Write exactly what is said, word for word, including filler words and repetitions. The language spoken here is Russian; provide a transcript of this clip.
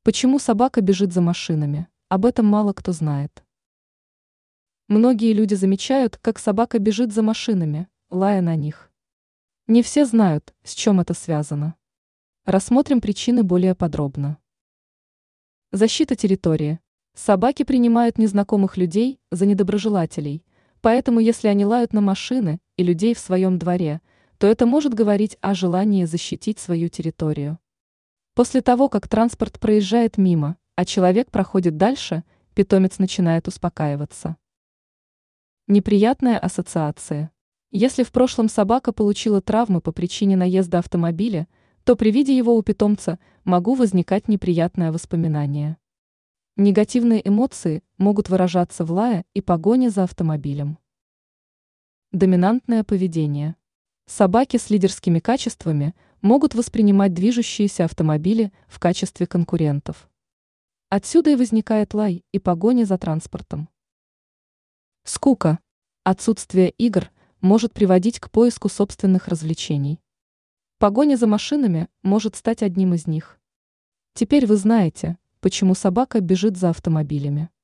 Почему собака бежит за машинами? Об этом мало кто знает. Многие люди замечают, как собака бежит за машинами, лая на них. Не все знают, с чем это связано. Рассмотрим причины более подробно. Защита территории. Собаки принимают незнакомых людей за недоброжелателей, поэтому если они лают на машины и людей в своем дворе, то это может говорить о желании защитить свою территорию. После того, как транспорт проезжает мимо, а человек проходит дальше, питомец начинает успокаиваться. Неприятная ассоциация. Если в прошлом собака получила травмы по причине наезда автомобиля, то при виде его у питомца могут возникать неприятные воспоминания. Негативные эмоции могут выражаться в лае и погоне за автомобилем. Доминантное поведение. Собаки с лидерскими качествами могут воспринимать движущиеся автомобили в качестве конкурентов. Отсюда и возникает лай и погоня за транспортом. Скука. Отсутствие игр может приводить к поиску собственных развлечений. Погоня за машинами может стать одним из них. Теперь вы знаете, почему собака бежит за автомобилями.